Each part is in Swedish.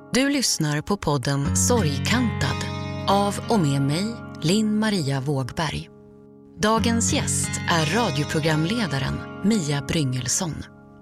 Du lyssnar på podden Sorgkantad av och med mig, Linn Maria Vågberg. Dagens gäst är radioprogramledaren Mia Bryngelsson.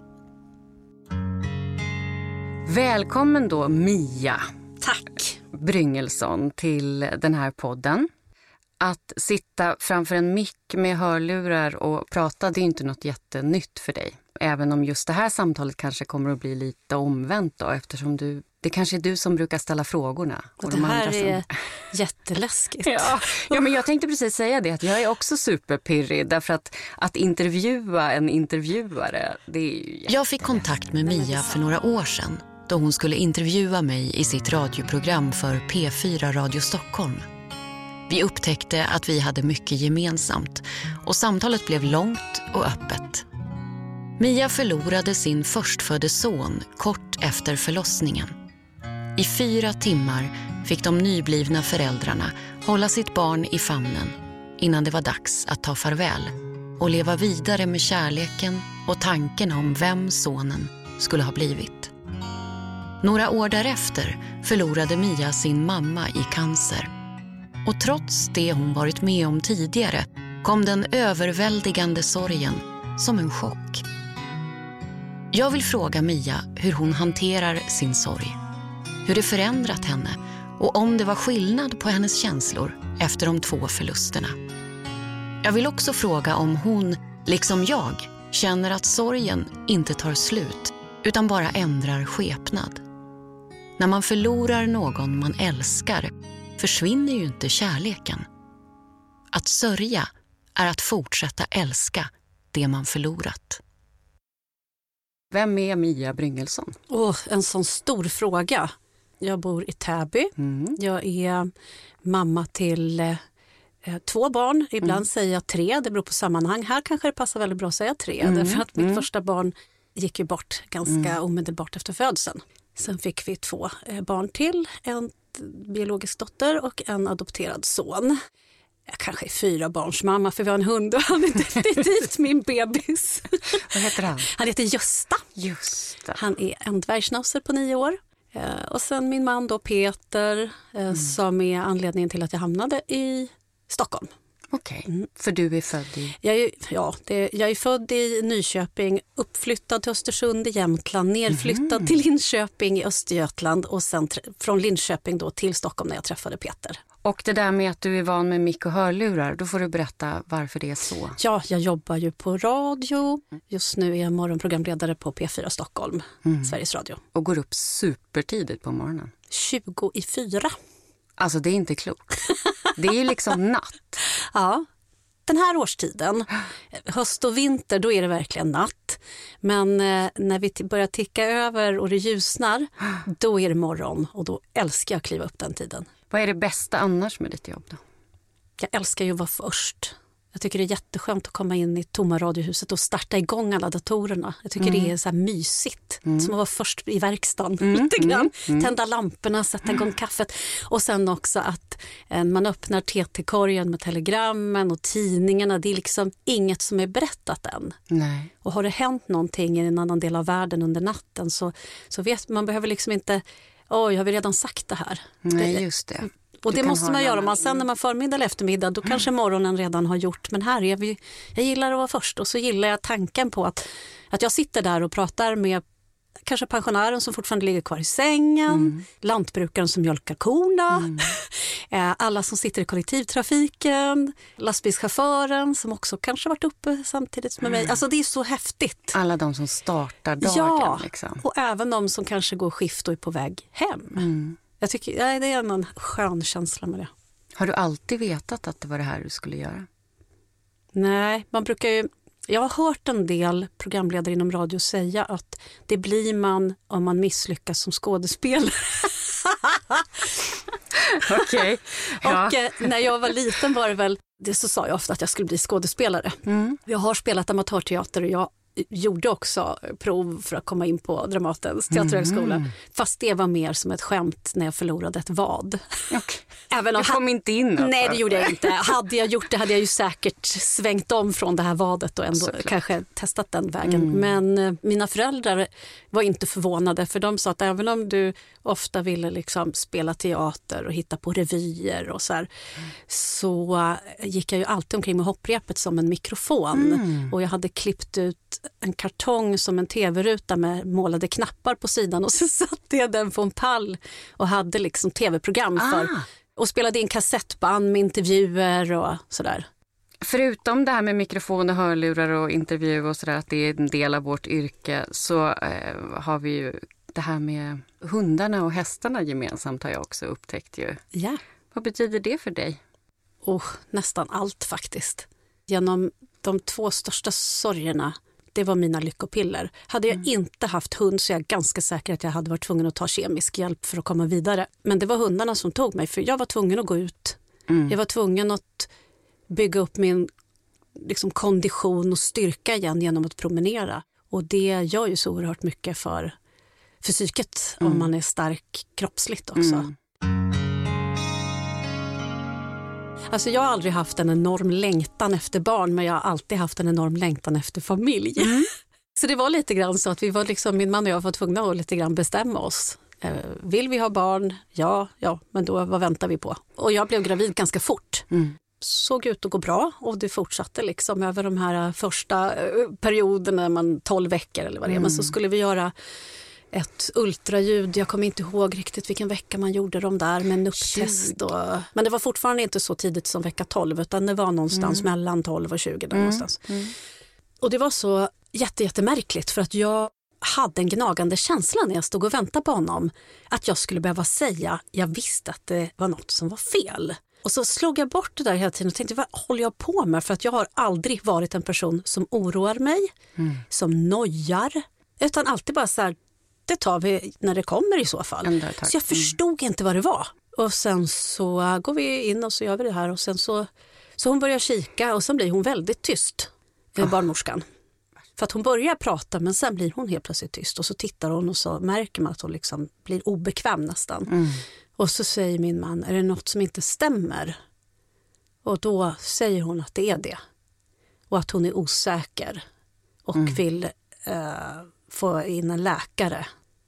Välkommen då Mia. Tack. Bryngelsson till den här podden. Att sitta framför en mick med hörlurar och prata, det är inte något jättenytt för dig. Även om just det här samtalet kanske kommer att bli lite omvänt då, eftersom det kanske är du som brukar ställa frågorna. Och det här är jätteläskigt. Ja, men jag tänkte precis säga det, att jag är också superpirrig, därför att intervjua en intervjuare, det är ju Jag fick kontakt med Mia för några år sedan, då hon skulle intervjua mig i sitt radioprogram för P4 Radio Stockholm. Vi upptäckte att vi hade mycket gemensamt och samtalet blev långt och öppet. Mia förlorade sin förstfödde son kort efter förlossningen. I 4 timmar fick de nyblivna föräldrarna hålla sitt barn i famnen innan det var dags att ta farväl och leva vidare med kärleken och tanken om vem sonen skulle ha blivit. Några år därefter förlorade Mia sin mamma i cancer. Och trots det hon varit med om tidigare kom den överväldigande sorgen som en chock. Jag vill fråga Mia hur hon hanterar sin sorg. Hur det förändrat henne och om det var skillnad på hennes känslor efter de 2 förlusterna. Jag vill också fråga om hon, liksom jag, känner att sorgen inte tar slut utan bara ändrar skepnad. När man förlorar någon man älskar försvinner ju inte kärleken. Att sörja är att fortsätta älska det man förlorat. Vem är Mia Bryngelsson? En sån stor fråga. Jag bor i Täby. Jag är mamma till 2 barn. Ibland säger jag 3. Det beror på sammanhang. Här kanske det passar väldigt bra att säga 3. Därför att mitt första barn gick ju bort ganska omedelbart efter födseln. Sen fick vi 2 barn till. En biologisk dotter och en adopterad son. Jag kanske är 4 barns mamma, för vi har en hund och han är definitivt min bebis. Vad heter han? Han heter Gösta. Han är en dvärgschnauzer på 9 år. Och sen min man då Peter, som är anledningen till att jag hamnade i Stockholm. Okej, för du är född i... Jag är född i Nyköping, uppflyttad till Östersund i Jämtland, nerflyttad till Linköping i Östergötland och sen från Linköping då till Stockholm när jag träffade Peter. Och det där med att du är van med mick och hörlurar, då får du berätta varför det är så. Ja, jag jobbar ju på radio. Just nu är jag morgonprogramledare på P4 Stockholm, Sveriges Radio. Och går upp supertidigt på morgonen. 20:04. Alltså det är inte klokt. Det är ju liksom natt. Ja, den här årstiden, höst och vinter, då är det verkligen natt. Men när vi börjar ticka över och det ljusnar, då är det morgon. Och då älskar jag att kliva upp den tiden. Vad är det bästa annars med ditt jobb då? Jag älskar ju att vara först. Jag tycker det är jätteskönt att komma in i tomma radiohuset och starta igång alla datorerna. Jag tycker det är så här mysigt. Som att vara först i verkstaden lite grann. Tända lamporna, sätta igång kaffet. Och sen också att man öppnar TT-korgen med telegrammen och tidningarna. Det är liksom inget som är berättat än. Nej. Och har det hänt någonting i en annan del av världen under natten så vet man behöver liksom inte... jag har redan sagt det här. Nej, just det. Och det måste man göra. Sen när man förmiddag eller eftermiddag, då kanske morgonen redan har gjort. Men här är vi, jag gillar att vara först. Och så gillar jag tanken på att jag sitter där och pratar med kanske pensionären som fortfarande ligger kvar i sängen. Lantbrukaren som mjölkar korna. Alla som sitter i kollektivtrafiken. Lastbilschauffören som också kanske varit uppe samtidigt med mig. Alltså det är så häftigt. Alla de som startar dagen. Ja, liksom. Och även de som kanske går skift och är på väg hem. Jag tycker det är en skön känsla med det. Har du alltid vetat att det var det här du skulle göra? Nej, man brukar ju... Jag har hört en del programledare inom radio säga att det blir man om man misslyckas som skådespelare. Okej. Ja. Och när jag var liten var det väl... Det så sa jag ofta att jag skulle bli skådespelare. Jag har spelat amatörteater och jag gjorde också prov för att komma in på Dramatens teaterhögskola. Fast det var mer som ett skämt när jag förlorade ett vad. Okay. Även om du kom inte in alltså. Nej, det gjorde jag inte. Hade jag gjort det hade jag ju säkert svängt om från det här vadet och ändå kanske testat den vägen. Men mina föräldrar var inte förvånade, för de sa att även om du ofta ville liksom spela teater och hitta på revyer och så här, så gick jag ju alltid omkring med hopprepet som en mikrofon. Och jag hade klippt ut en kartong som en tv-ruta med målade knappar på sidan, och så satte jag den på en pall och hade liksom tv-program för, och spelade in kassettband med intervjuer och sådär. Förutom det här med mikrofon och hörlurar och intervju och sådär, att det är en del av vårt yrke, så har vi ju det här med hundarna och hästarna gemensamt, har jag också upptäckt ju. Ja. Vad betyder det för dig? Nästan allt faktiskt. Genom de 2 största sorgerna, det var mina lyckopiller. Hade jag inte haft hund så är jag ganska säker att jag hade varit tvungen att ta kemisk hjälp för att komma vidare. Men det var hundarna som tog mig, för jag var tvungen att gå ut. Jag var tvungen att bygga upp min liksom kondition och styrka igen genom att promenera. Och det gör ju så oerhört mycket för psyket om man är stark kroppsligt också. Alltså jag har aldrig haft en enorm längtan efter barn, men jag har alltid haft en enorm längtan efter familj. Så det var lite grann så att vi var liksom, min man och jag var tvungna att lite grann bestämma oss. Vill vi ha barn? Ja, men då vad väntar vi på? Och jag blev gravid ganska fort. Såg ut att gå bra, och det fortsatte liksom över de här första perioderna, man 12 veckor eller vad det är. Men så skulle vi göra ett ultraljud. Jag kommer inte ihåg riktigt vilken vecka man gjorde dem där med nupptest. Men det var fortfarande inte så tidigt som vecka 12, utan det var någonstans mellan 12 och 20 där någonstans. Och det var så jättemärkligt, för att jag hade en gnagande känsla när jag stod och väntade på honom, att jag skulle behöva säga, jag visste att det var något som var fel. Och så slog jag bort det där hela tiden och tänkte, vad håller jag på med? För att jag har aldrig varit en person som oroar mig, som nojar, utan alltid bara så här, det tar vi när det kommer i så fall. Så jag förstod inte vad det var. Och sen så går vi in och så gör vi det här, och sen så hon börjar kika, och sen blir hon väldigt tyst, barnmorskan. För att hon börjar prata, men sen blir hon helt plötsligt tyst, och så tittar hon och så märker man att hon liksom blir obekväm nästan. Och så säger min man, är det något som inte stämmer? Och då säger hon att det är det. Och att hon är osäker och vill få in en läkare.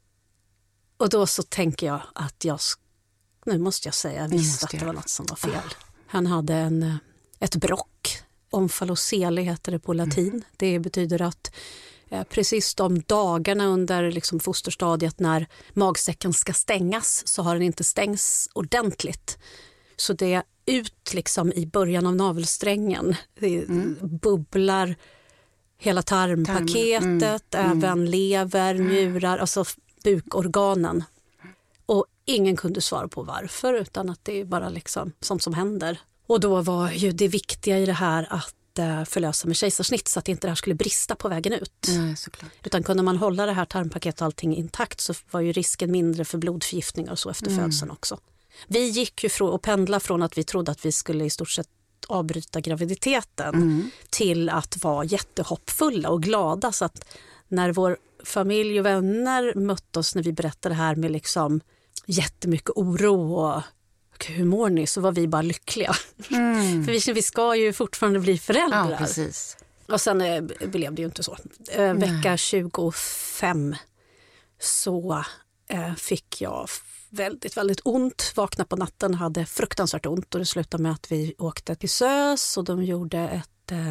Och då så tänker jag att nu måste jag säga, jag visste att det var något som var fel. Han hade ett brock, omfallocele heter det på latin. Det betyder att precis de dagarna under liksom fosterstadiet när magsäcken ska stängas, så har den inte stängts ordentligt. Så det är ut liksom i början av navelsträngen. Det bubblar hela tarmpaketet, även lever, njurar, alltså bukorganen. Och ingen kunde svara på varför, utan att det är bara liksom sånt som händer. Och då var ju det viktiga i det här att förlösa med kejsarsnitt, så att inte det här skulle brista på vägen ut. Nej, såklart. Utan kunde man hålla det här tarmpaketet och allting intakt, så var ju risken mindre för blodförgiftningar och så efter födseln också. Vi gick ju och pendla från att vi trodde att vi skulle i stort sett avbryta graviditeten till att vara jättehoppfulla och glada, så att när vår familj och vänner mötte oss när vi berättade det här med liksom jättemycket oro och hur mår ni, så var vi bara lyckliga. För vi ska ju fortfarande bli föräldrar. Ja, precis. Och sen blev det ju inte så. Vecka 25 så fick jag väldigt, väldigt ont. Vaknade på natten, hade fruktansvärt ont, och det slutade med att vi åkte till SÖS och de gjorde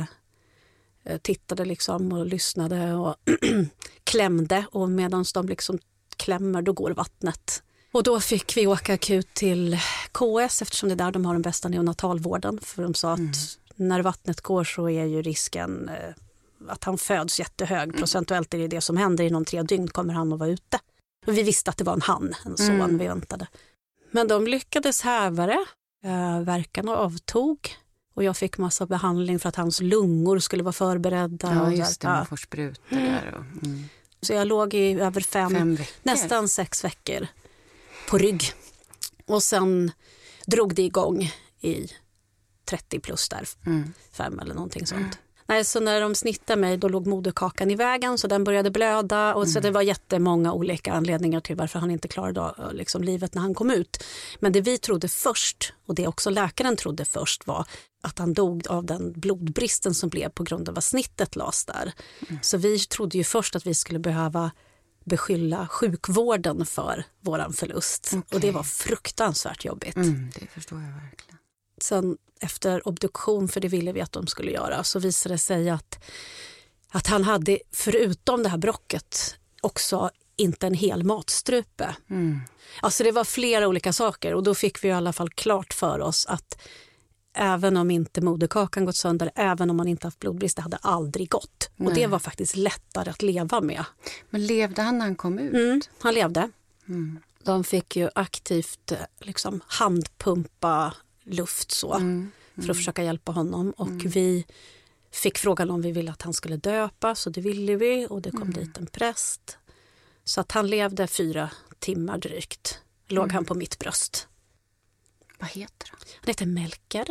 tittade liksom och lyssnade och klämde, och medan de liksom klämmer då går vattnet. Och då fick vi åka akut till KS, eftersom det är där de har den bästa neonatalvården, för de sa att när vattnet går så är ju risken att han föds jättehög. Procentuellt är det som händer, inom 3 dygn kommer han att vara ute. Och vi visste att det var en son vi väntade. Men de lyckades häva det. Värkarna avtog. Och jag fick massa behandling för att hans lungor skulle vara förberedda. Ja, just det. Man får sprutor där. Så jag låg i över 5 veckor. Nästan 6 veckor på rygg. Och sen drog det igång i 30 plus där. 5 eller någonting sånt. Nej, så när de snittade mig då låg moderkakan i vägen så den började blöda och så det var jättemånga olika anledningar till varför han inte klarade liksom livet när han kom ut. Men det vi trodde först och det också läkaren trodde först var att han dog av den blodbristen som blev på grund av att snittet lades där. Så vi trodde ju först att vi skulle behöva beskylla sjukvården för våran förlust. Okay. Och det var fruktansvärt jobbigt. Det förstår jag verkligen. Sen efter obduktion, för det ville vi att de skulle göra, så visade det sig att han hade förutom det här brocket också inte en hel matstrupe. Alltså det var flera olika saker och då fick vi i alla fall klart för oss att även om inte moderkakan gått sönder, även om man inte haft blodbrist, det hade aldrig gått. Nej. Och det var faktiskt lättare att leva med. Men levde han när han kom ut? Han levde. De fick ju aktivt liksom handpumpa luft så för att försöka hjälpa honom. Och vi fick frågan om vi ville att han skulle döpas och det ville vi. Och det kom dit en präst. Så att han levde 4 timmar drygt. Låg han på mitt bröst. Vad heter han? Han heter Melker.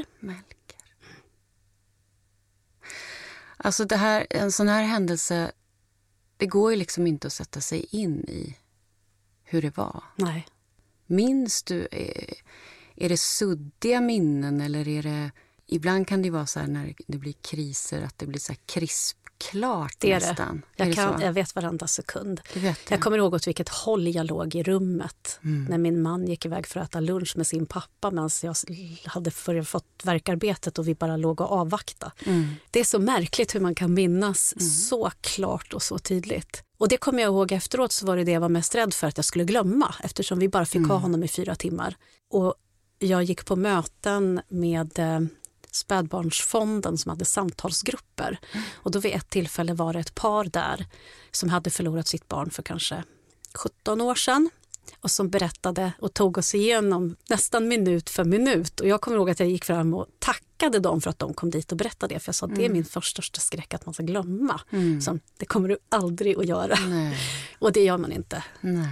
Alltså en sån här händelse, det går ju liksom inte att sätta sig in i hur det var. Nej. Minns du, är det suddiga minnen eller är det, ibland kan det vara så här när det blir kriser att det blir så här krispklart det nästan. Det. Jag vet varenda sekund. Jag kommer ihåg åt vilket håll jag låg i rummet när min man gick iväg för att äta lunch med sin pappa medan jag hade fått verkarbetet och vi bara låg och avvakta. Det är så märkligt hur man kan minnas så klart och så tydligt. Och det kommer jag ihåg efteråt, så var det jag var mest rädd för att jag skulle glömma eftersom vi bara fick ha honom i 4 timmar. Och jag gick på möten med Spädbarnsfonden som hade samtalsgrupper. Och då vid ett tillfälle var det ett par där som hade förlorat sitt barn för kanske 17 år sedan. Och som berättade och tog oss igenom nästan minut för minut. Och jag kommer ihåg att jag gick fram och tackade dem för att de kom dit och berättade det. För jag sa det är min största skräck att man ska glömma. Så det kommer du aldrig att göra. Nej. Och det gör man inte. Nej.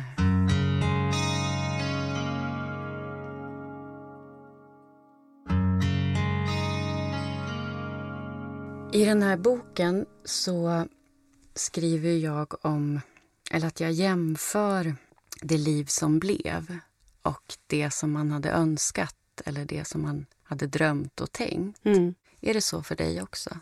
I den här boken så skriver jag om, eller att jag jämför det liv som blev och det som man hade önskat eller det som man hade drömt och tänkt. Är det så för dig också?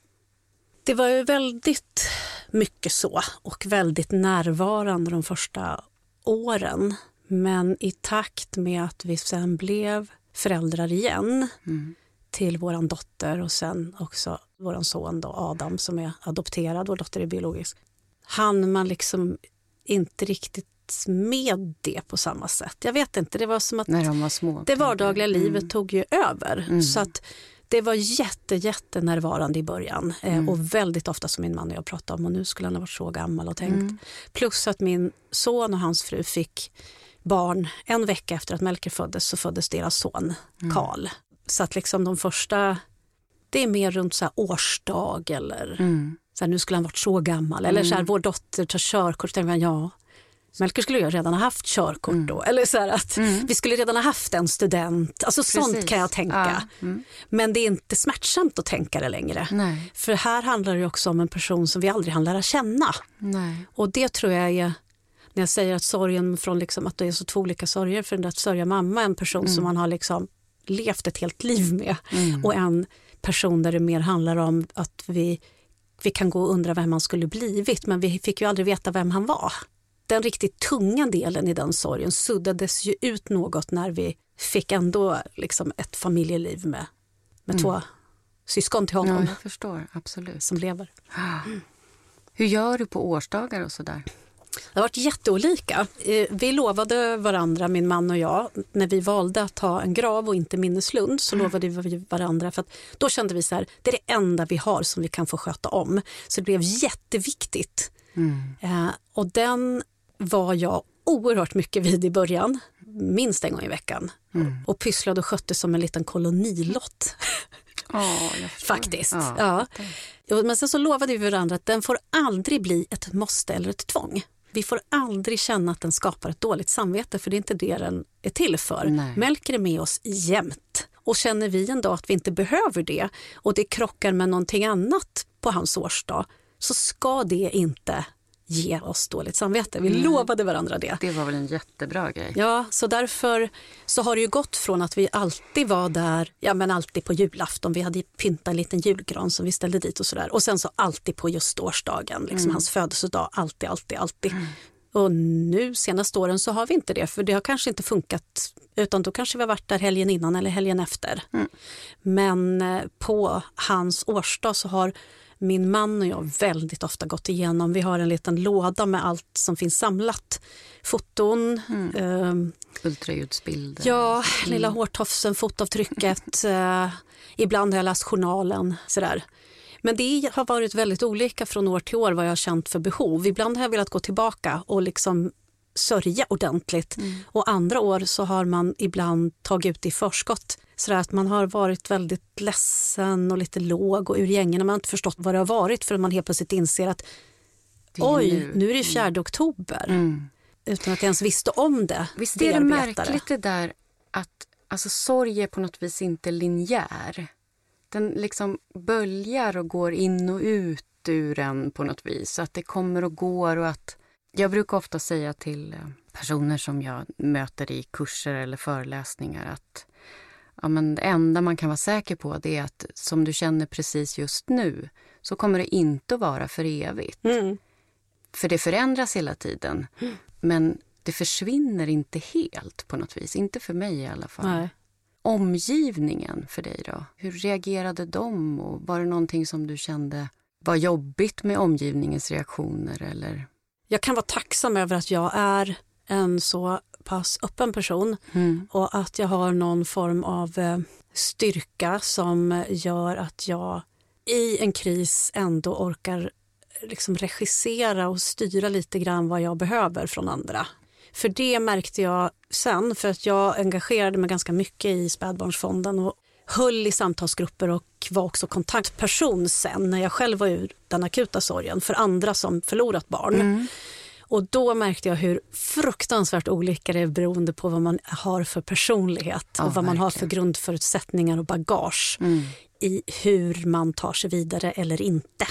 Det var ju väldigt mycket så och väldigt närvarande de första åren. Men i takt med att vi sen blev föräldrar igen till våran dotter och sen också våran son då, Adam som är adopterad, vår dotter är biologisk. Han man liksom inte riktigt med det på samma sätt. Jag vet inte, det var som att när de var små, det vardagliga livet tog ju över. Så att det var jätte närvarande i början. Och väldigt ofta som min man och jag pratade om och nu skulle han ha varit så gammal och tänkt. Plus att min son och hans fru fick barn 1 vecka efter att Melker föddes så föddes deras son Karl. Så att liksom de första, det är mer runt så här årsdag eller så här, nu skulle han varit så gammal. Eller så här, vår dotter tar körkort och tänker ja, Melker skulle ju redan ha haft körkort då. Eller så här att vi skulle redan ha haft en student. Alltså sånt kan jag tänka. Men det är inte smärtsamt att tänka det längre. Nej. För här handlar det ju också om en person som vi aldrig hann lära känna. Nej. Och det tror jag är, när jag säger att sorgen från liksom, att det är så 2 olika sorger, för att sörja mamma, en person som man har liksom levt ett helt liv med och en person där det mer handlar om att vi kan gå och undra vem han skulle blivit, men vi fick ju aldrig veta vem han var. Den riktigt tunga delen i den sorgen suddades ju ut något när vi fick ändå liksom ett familjeliv med 2 syskon till honom. Ja, jag förstår, absolut. Som lever. Hur gör du på årsdagar och sådär? Det har varit jätteolika. Vi lovade varandra, min man och jag, när vi valde att ha en grav och inte minneslund så lovade vi varandra för att då kände vi så här, det är det enda vi har som vi kan få sköta om. Så det blev jätteviktigt. Och den var jag oerhört mycket vid i början, minst en gång i veckan. Och pysslade och skötte som en liten kolonilott. Faktiskt. Ja. Men sen så lovade vi varandra att den får aldrig bli ett måste eller ett tvång. Vi får aldrig känna att den skapar ett dåligt samvete, för det är inte det den är till för. Nej. Melker är med oss jämt. Och känner vi en dag att vi inte behöver det och det krockar med någonting annat på hans årsdag så ska det inte ge oss dåligt samvete. Vi lovade varandra det. Det var väl en jättebra grej. Ja, så därför så har det ju gått från att vi alltid var där, ja men alltid på julafton. Vi hade pyntat en liten julgran som vi ställde dit och sådär. Och sen så alltid på just årsdagen, liksom hans födelsedag, alltid. Och nu senaste åren så har vi inte det, för det har kanske inte funkat, utan då kanske vi har varit där helgen innan eller helgen efter. Men på hans årsdag så har min man och jag väldigt ofta gått igenom. Vi har en liten låda med allt som finns samlat. Foton. Ultraljudsbilder. Ja, lilla hårtofsen, fotavtrycket. Ibland har jag läst journalen. Sådär. Men det har varit väldigt olika från år till år vad jag har känt för behov. Ibland har jag velat gå tillbaka och liksom sörja ordentligt. Och andra år så har man ibland tagit ut i förskott. Så att man har varit väldigt ledsen och lite låg och ur gängen. Man har inte förstått vad det har varit förrän man helt plötsligt inser att nu är det 4 oktober. Utan att jag ens visste om det. Visst är det märkligt det där att alltså, sorg är på något vis inte linjär. Den liksom böljar och går in och ut ur en på något vis. Så att det kommer och går och att... Jag brukar ofta säga till personer som jag möter i kurser eller föreläsningar att men det enda man kan vara säker på det är att som du känner precis just nu så kommer det inte att vara för evigt. För det förändras hela tiden. Men det försvinner inte helt på något vis. Inte för mig i alla fall. Nej. Omgivningen för dig då? Hur reagerade de? Och var det någonting som du kände var jobbigt med omgivningens reaktioner? Eller? Jag kan vara tacksam över att jag är en så pass öppen person och att jag har någon form av styrka som gör att jag i en kris ändå orkar liksom regissera och styra lite grann vad jag behöver från andra. För det märkte jag sen, för att jag engagerade mig ganska mycket i Spädbarnsfonden och höll i samtalsgrupper och var också kontaktperson sen när jag själv var ur den akuta sorgen för andra som förlorat barn. Och då märkte jag hur fruktansvärt olika det är beroende på vad man har för personlighet och vad man har för grundförutsättningar och bagage i hur man tar sig vidare eller inte.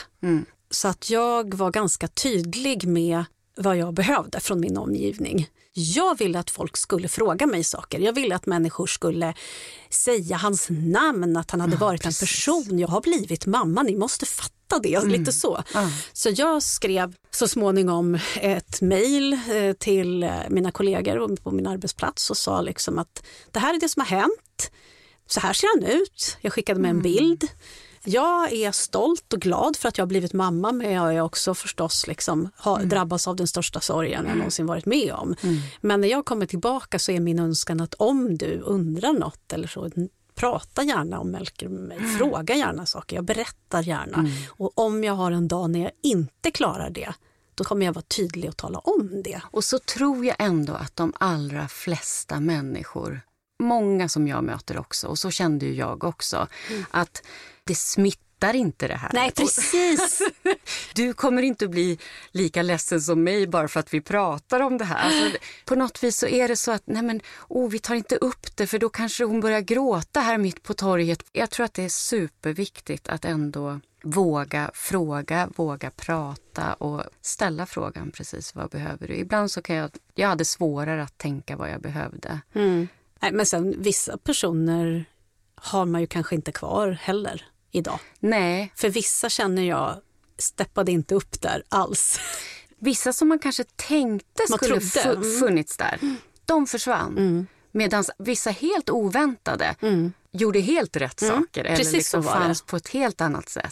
Så att jag var ganska tydlig med vad jag behövde från min omgivning. Jag ville att folk skulle fråga mig saker. Jag ville att människor skulle säga hans namn, att han hade varit en person. Jag har blivit mamma, ni måste fatta det. Lite så. Så jag skrev så småningom ett mejl till mina kollegor på min arbetsplats och sa liksom att det här är det som har hänt. Så här ser han ut. Jag skickade med en bild. Jag är stolt och glad för att jag har blivit mamma, men jag är också förstås liksom, drabbas av den största sorgen jag någonsin varit med om. Men när jag kommer tillbaka så är min önskan att om du undrar något eller så, prata gärna om Melker med mig, fråga gärna saker, jag berättar gärna. Och om jag har en dag när jag inte klarar det, då kommer jag vara tydlig och tala om det. Och så tror jag ändå att de allra flesta människor, många som jag möter också, och så kände ju jag också, att det smittar inte det här. Nej, precis. Du kommer inte bli lika ledsen som mig bara för att vi pratar om det här. Alltså, på något vis så är det så att vi tar inte upp det för då kanske hon börjar gråta här mitt på torget. Jag tror att det är superviktigt att ändå våga fråga, våga prata och ställa frågan precis vad behöver du. Ibland så kan jag hade svårare att tänka vad jag behövde. Nej, men sen vissa personer har man ju kanske inte kvar heller idag. Nej. För vissa känner jag steppade inte upp där alls. Vissa som man kanske tänkte skulle funnits där, de försvann. Medan vissa helt oväntade gjorde helt rätt saker eller liksom fanns på ett helt annat sätt.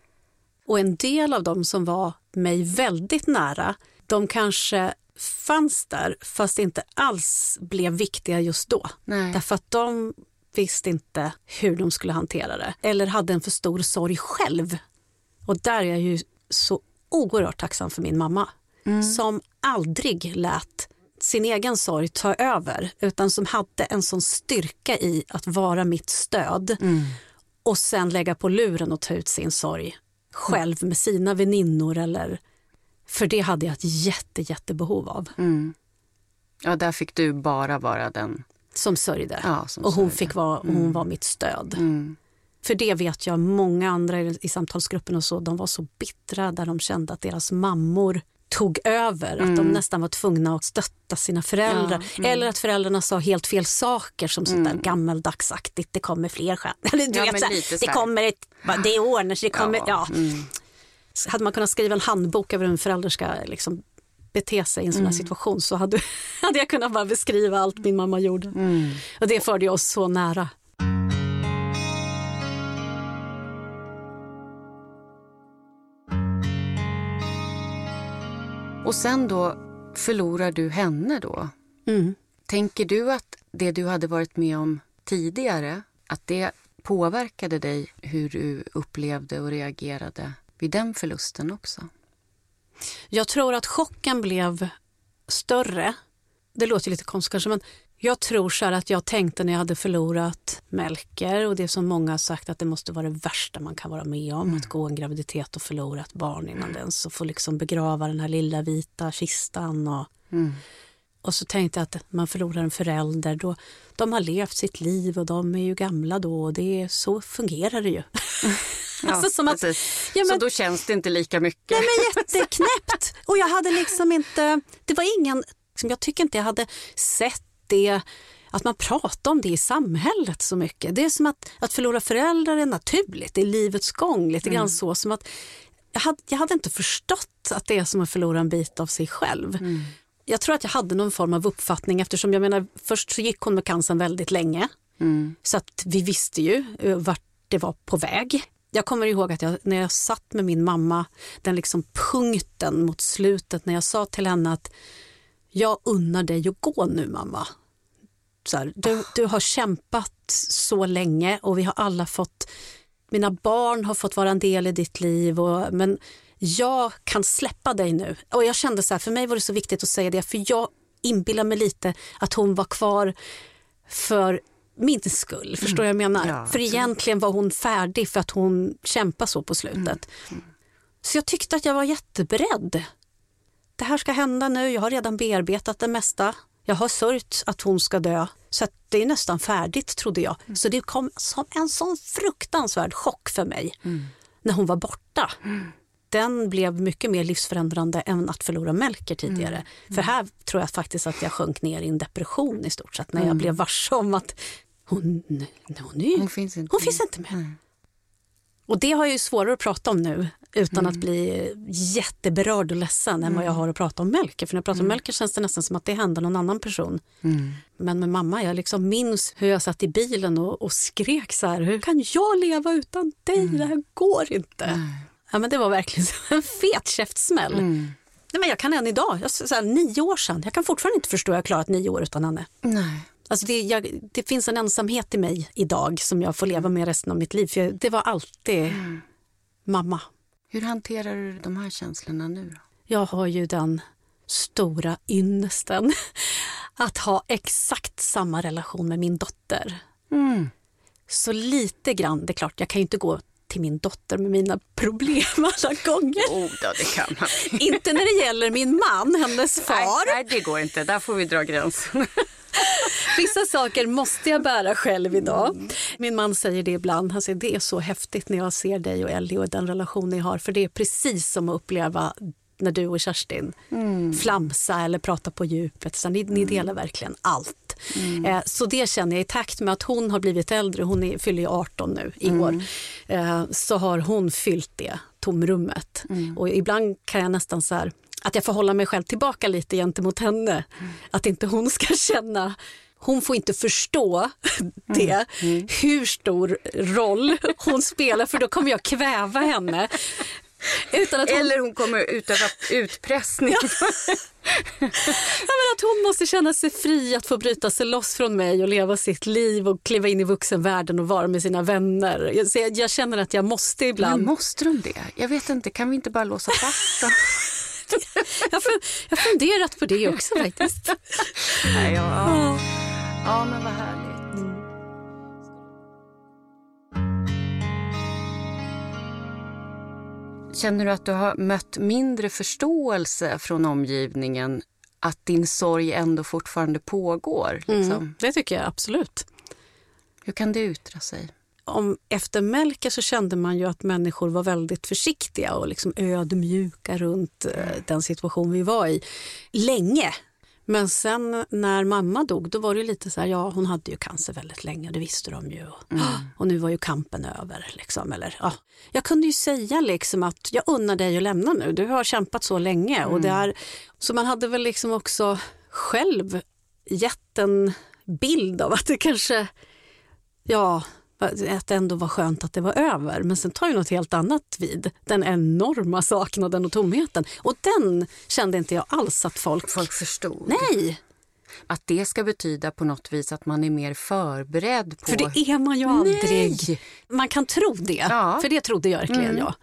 Och en del av dem som var mig väldigt nära, de kanske fanns där fast inte alls blev viktiga just då. Nej. Därför att de visste inte hur de skulle hantera det. Eller hade en för stor sorg själv. Och där är jag ju så oerhört tacksam för min mamma. Som aldrig lät sin egen sorg ta över. Utan som hade en sån styrka i att vara mitt stöd. Och sen lägga på luren och ta ut sin sorg själv med sina väninnor eller... För det hade jag ett jättebehov av. Ja, där fick du bara vara den... Som sörjde. Ja, som och hon sörjde. fick vara, hon var mitt stöd. För det vet jag, många andra i samtalsgruppen och så, de var så bittra där de kände att deras mammor tog över, att de nästan var tvungna att stötta sina föräldrar. Eller att föräldrarna sa helt fel saker som sånt där gammaldagsaktigt, det kommer fler det kommer det ordnar sig, det kommer, Så hade man kunnat skriva en handbok över hur en förälder ska liksom bete sig i en sån här situation, så hade jag kunnat bara beskriva allt min mamma gjorde. Och det förde oss så nära. Och sen då förlorar du henne då. Tänker du att det du hade varit med om tidigare, att det påverkade dig hur du upplevde och reagerade vid den förlusten också? Jag tror att chocken blev större. Det låter lite konstigt kanske, men jag tror så här att jag tänkte när jag hade förlorat Melker, och det som många har sagt att det måste vara det värsta man kan vara med om, att gå en graviditet och förlora ett barn innan den, så får liksom begrava den här lilla vita kistan och så tänkte jag att man förlorar en förälder då, de har levt sitt liv och de är ju gamla då, och så fungerar det ju. Alltså som att, så då känns det inte lika mycket. Nej, men jätteknäppt. Och jag hade liksom inte, det var ingen, jag tycker inte jag hade sett det, att man pratar om det i samhället så mycket. Det är som att förlora föräldrar är naturligt, det är livets gång, lite grann så, som att jag hade inte förstått att det är som att förlora en bit av sig själv. Jag tror att jag hade någon form av uppfattning, eftersom jag menar, först så gick hon med cancern väldigt länge, så att vi visste ju vart det var på väg. Jag kommer ihåg att när jag satt med min mamma, den liksom punkten mot slutet, när jag sa till henne att jag unnar dig att gå nu, mamma. Så här, du har kämpat så länge och vi har alla fått, mina barn har fått vara en del i ditt liv, men jag kan släppa dig nu. Och jag kände så här, för mig var det så viktigt att säga det, för jag inbillar mig lite att hon var kvar för min skull, förstår jag menar? Ja, för egentligen var hon färdig för att hon kämpade så på slutet. Så jag tyckte att jag var jätteberedd. Det här ska hända nu, jag har redan bearbetat det mesta. Jag har sörjt att hon ska dö, så att det är nästan färdigt, trodde jag. Så det kom som en sån fruktansvärd chock för mig när hon var borta. Den blev mycket mer livsförändrande än att förlora Melker tidigare. För här tror jag faktiskt att jag sjönk ner i en depression i stort sett, när jag blev varse om att hon finns inte med. Och det har jag ju svårare att prata om nu utan att bli jätteberörd och ledsen än vad jag har att prata om Melker. För när jag pratar om Melker känns det nästan som att det händer någon annan person. Men med mamma, jag liksom minns hur jag satt i bilen och skrek så här: hur kan jag leva utan dig? Det här går inte. Ja, men det var verkligen en fet käftsmäll. Nej, men jag kan än idag, så här, 9 år sedan, jag kan fortfarande inte förstå att jag klarat 9 år utan henne. Nej. Alltså det finns en ensamhet i mig idag som jag får leva med resten av mitt liv. För det var alltid mamma. Hur hanterar du de här känslorna nu då? Jag har ju den stora ynnesten att ha exakt samma relation med min dotter. Så lite grann, det är klart, jag kan ju inte gå till min dotter med mina problem alla gånger. Då, det kan man. Inte när det gäller min man, hennes far. Nej, det går inte. Där får vi dra gränsen. Vissa saker måste jag bära själv idag. Min man säger det ibland. Han säger, det är så häftigt när jag ser dig och Ellie och den relation ni har. För det är precis som att uppleva när du och Kerstin flamsa eller prata på djupet. Så ni delar verkligen allt. Så det känner jag, i takt med att hon har blivit äldre, hon fyller ju 18 nu i år, så har hon fyllt det tomrummet. Och ibland kan jag nästan så här, att jag får hålla mig själv tillbaka lite gentemot henne. Att inte hon ska känna, hon får inte förstå det, hur stor roll hon spelar, för då kommer jag kväva henne. Utan att eller hon kommer utöva utpressning. Men att hon måste känna sig fri att få bryta sig loss från mig och leva sitt liv och kliva in i vuxenvärlden och vara med sina vänner. Jag känner att jag måste ibland. Men måste de det? Jag vet inte, kan vi inte bara låsa fast dem? Jag har funderat på det också faktiskt. Ja, men vad härligt. Känner du att du har mött mindre förståelse från omgivningen, att din sorg ändå fortfarande pågår? Liksom? Det tycker jag absolut. Hur kan det yttra sig? efter Melker så kände man ju att människor var väldigt försiktiga och liksom ödmjuka runt den situation vi var i länge. Men sen när mamma dog, då var det lite så här, ja, hon hade ju cancer väldigt länge, det visste de ju. Och nu var ju kampen över liksom, eller ja. Jag kunde ju säga liksom att jag unnar dig att lämna nu, du har kämpat så länge och det är, så man hade väl liksom också själv gett en bild av att det kanske, ja, att det ändå var skönt att det var över. Men sen tar ju något helt annat vid. Den enorma saknaden och tomheten. Och den kände inte jag alls att folk förstod. Nej! Att det ska betyda på något vis att man är mer förberedd på... För det är man ju aldrig. Nej. Man kan tro det. Ja. För det trodde jag verkligen jag.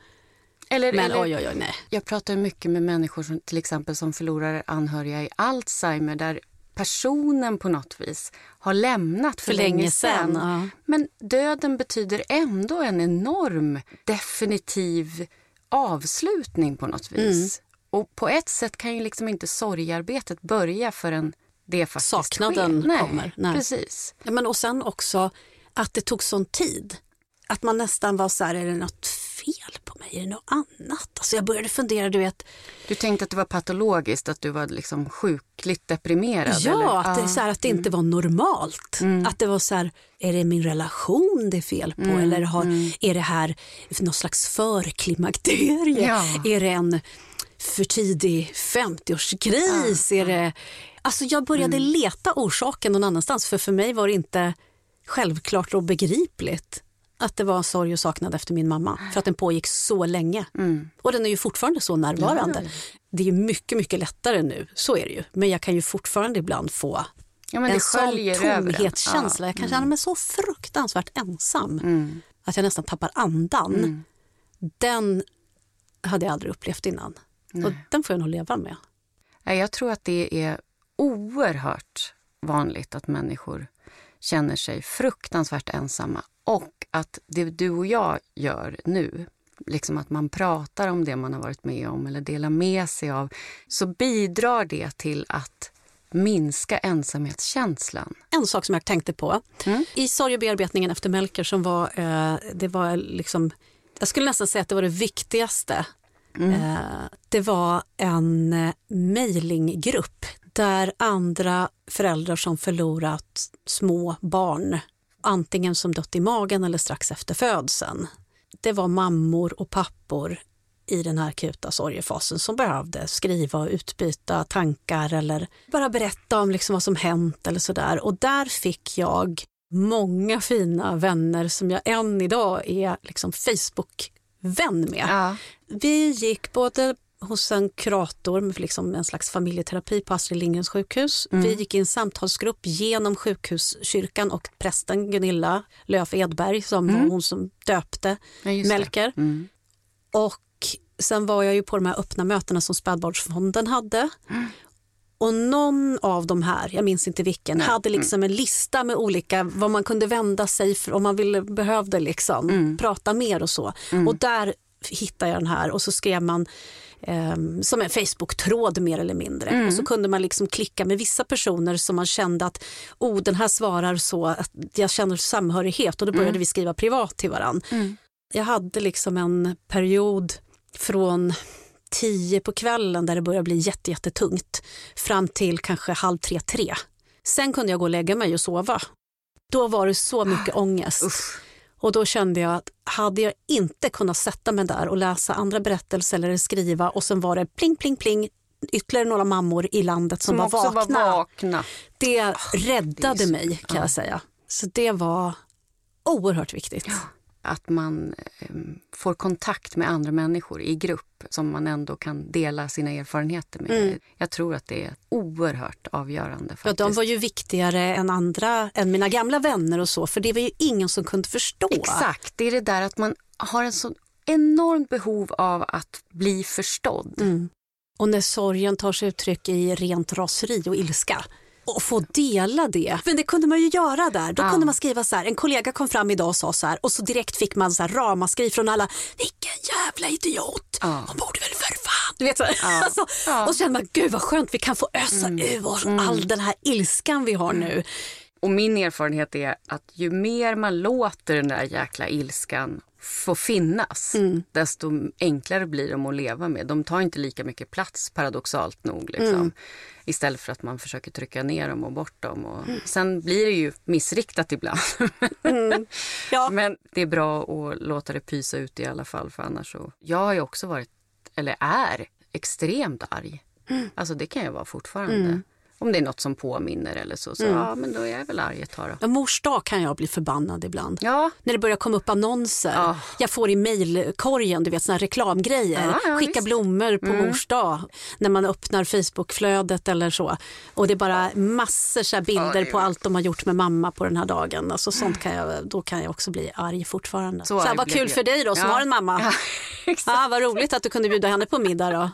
Men oj, nej. Jag pratar mycket med människor som, till exempel som förlorar anhöriga i Alzheimer, där personen på något vis har lämnat för länge sedan. Ja. Men döden betyder ändå en enorm definitiv avslutning på något vis. Och på ett sätt kan ju liksom inte sorgarbetet börja förrän det faktiskt saknaden sker. Kommer. Nej. Precis. Ja, men och sen också att det tog sån tid. Att man nästan var så här, är det något fel på mig? Är det något annat? Alltså jag började fundera, du vet. Du tänkte att det var patologiskt, att du var liksom sjukligt deprimerad? Ja, eller? Att det, så här, att det inte var normalt. Att det var så här, är det min relation det är fel på? Eller är det här någon slags förklimakterie? Ja. Är det en för tidig 50-årskris? Är det... Alltså jag började leta orsaken någon annanstans. För mig var det inte självklart och begripligt att det var sorg och saknad efter min mamma. För att den pågick så länge. Och den är ju fortfarande så närvarande. Ja. Det är ju mycket, mycket lättare nu. Så är det ju. Men jag kan ju fortfarande ibland få en sån tomhetskänsla. Jag kan känna mig så fruktansvärt ensam. Att jag nästan tappar andan. Den hade jag aldrig upplevt innan. Nej. Och den får jag nog leva med. Jag tror att det är oerhört vanligt att människor känner sig fruktansvärt ensamma. Och att det du och jag gör nu, liksom att man pratar om det man har varit med om eller delar med sig av, så bidrar det till att minska ensamhetskänslan. En sak som jag tänkte på, i sorgebearbetningen efter Melker som var, det var liksom, jag skulle nästan säga att det var det viktigaste. Det var en mailinggrupp där andra föräldrar som förlorat små barn, antingen som dött i magen eller strax efter födseln. Det var mammor och pappor i den här akuta sorgefasen som behövde skriva och utbyta tankar eller bara berätta om liksom vad som hänt eller sådär. Och där fick jag många fina vänner som jag än idag är liksom Facebook-vän med. Ja. Vi gick både hos en kurator med liksom en slags familjeterapi på Astrid Lindgrens sjukhus. Vi gick i en samtalsgrupp genom sjukhuskyrkan och prästen Gunilla Löf Edberg som var hon som döpte Melker. Och sen var jag ju på de här öppna mötena som Spädbarnsfonden hade. Och någon av de här, jag minns inte vilken, hade liksom en lista med olika, vad man kunde vända sig för om man behövde liksom prata mer och så. Och där hittade jag den här och så skrev man som en Facebook-tråd mer eller mindre. Och så kunde man liksom klicka med vissa personer som man kände att den här svarar så att jag känner samhörighet, och då började vi skriva privat till varann. Jag hade liksom en period från 10 på kvällen där det började bli jättetungt fram till kanske 2:30-3. Sen kunde jag gå och lägga mig och sova. Då var det så mycket ångest. Och då kände jag att hade jag inte kunnat sätta mig där och läsa andra berättelser eller skriva, och sen var det pling, pling, pling, ytterligare några mammor i landet som var vakna. Det räddade mig, kan jag säga. Så det var oerhört viktigt. Ja. Att man får kontakt med andra människor i grupp som man ändå kan dela sina erfarenheter med. Jag tror att det är oerhört avgörande faktiskt. Ja, de var ju viktigare än mina gamla vänner och så, för det var ju ingen som kunde förstå. Exakt, det är det där att man har en så enormt behov av att bli förstådd. Och när sorgen tar sig uttryck i rent raseri och ilska, och få dela det. Men det kunde man ju göra där. Då kunde man skriva så här, en kollega kom fram idag och sa så här, och så direkt fick man så här ramaskri från alla, vilken jävla idiot. Man borde väl för fan. Du vet så. Alltså, och så kände man, gud vad skönt, vi kan få ösa ur oss all den här ilskan vi har nu. Och min erfarenhet är att ju mer man låter den där jäkla ilskan få finnas, desto enklare blir de att leva med. De tar inte lika mycket plats, paradoxalt nog. Liksom. Istället för att man försöker trycka ner dem och bort dem. Och sen blir det ju missriktat ibland. Ja. Men det är bra att låta det pysa ut i alla fall. För annars så... Jag har ju också varit, eller är, extremt arg. Alltså det kan jag vara fortfarande. Om det är något som påminner eller så. Ja, men då är jag väl arg ett tag då. Ja, mors dag kan jag bli förbannad ibland. Ja. När det börjar komma upp annonser. Ja. Jag får i mejlkorgen, du vet, såna här reklamgrejer. Ja, skicka visst. Blommor på mors dag. När man öppnar Facebookflödet eller så. Och det är bara massor så här bilder på allt de har gjort med mamma på den här dagen. Alltså sånt då kan jag också bli arg fortfarande. Så här, vad kul för dig då som har en mamma. Ja, vad roligt att du kunde bjuda henne på middag då.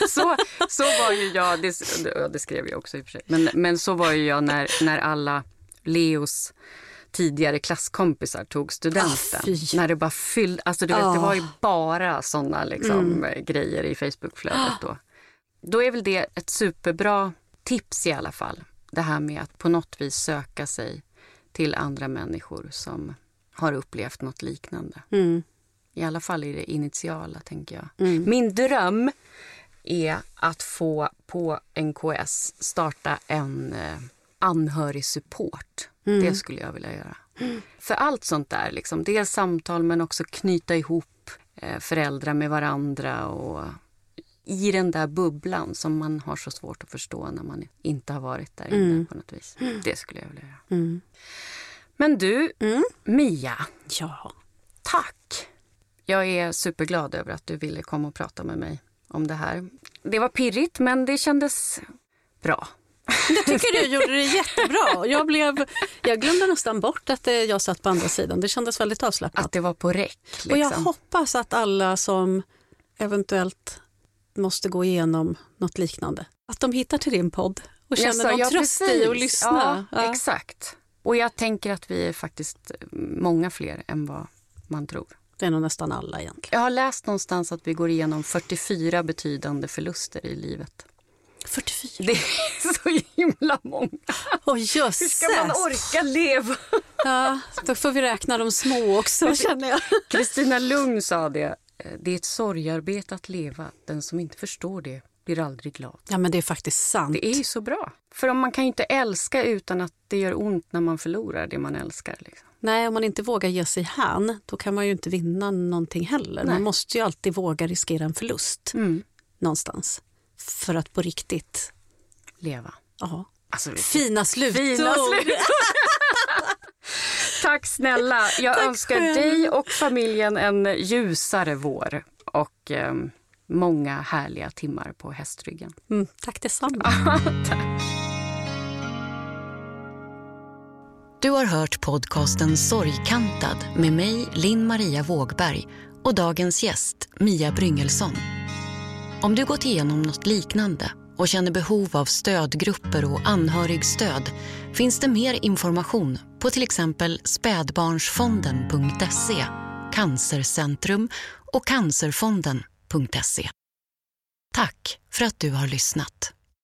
Så var ju jag, det skrev jag också i och för sig. Men så var ju jag när alla Leos tidigare klasskompisar tog studenten. När det bara fyllde, alltså du vet, det var ju bara sådana liksom, grejer i Facebookflödet då. Då är väl det ett superbra tips i alla fall. Det här med att på något vis söka sig till andra människor som har upplevt något liknande. I alla fall i det initiala, tänker jag. Min dröm är att få på NKS starta en anhörig support. Det skulle jag vilja göra. För allt sånt där, liksom, dels samtal men också knyta ihop föräldrar med varandra och i den där bubblan som man har så svårt att förstå när man inte har varit där inne på något vis. Det skulle jag vilja göra. Men du, Mia. Ja. Tack. Jag är superglad över att du ville komma och prata med mig om det här. Det var pirrigt, men det kändes bra. Jag tycker du gjorde det jättebra. Jag glömde nästan bort att jag satt på andra sidan. Det kändes väldigt avslappnat. Att det var på räck. Liksom. Och jag hoppas att alla som eventuellt måste gå igenom något liknande, att de hittar till din podd och känner någon tröst i att lyssna. Ja, exakt. Och jag tänker att vi är faktiskt många fler än vad man tror. Det är nog nästan alla egentligen. Jag har läst någonstans att vi går igenom 44 betydande förluster i livet. 44? Det är så himla många. Jösses. Hur ska man orka leva? Ja, då får vi räkna de små också, känner jag. Kristina Lugn sa det. Det är ett sorgarbete att leva. Den som inte förstår det blir aldrig glad. Ja, men det är faktiskt sant. Det är ju så bra. För om man kan ju inte älska utan att det gör ont när man förlorar det man älskar. Liksom. Nej, om man inte vågar ge sig hän, då kan man ju inte vinna någonting heller. Nej. Man måste ju alltid våga riskera en förlust någonstans. För att på riktigt leva. Ja. Alltså, fina slutord. Tack snälla. Jag önskar dig och familjen en ljusare vår. Och många härliga timmar på hästryggen. Tack detsamma. Tack. Du har hört podcasten Sorgkantad med mig, Linn Maria Vågberg, och dagens gäst, Mia Bryngelsson. Om du gått igenom något liknande och känner behov av stödgrupper och anhörigstöd finns det mer information på till exempel spädbarnsfonden.se, Cancercentrum och cancerfonden.se. Tack för att du har lyssnat.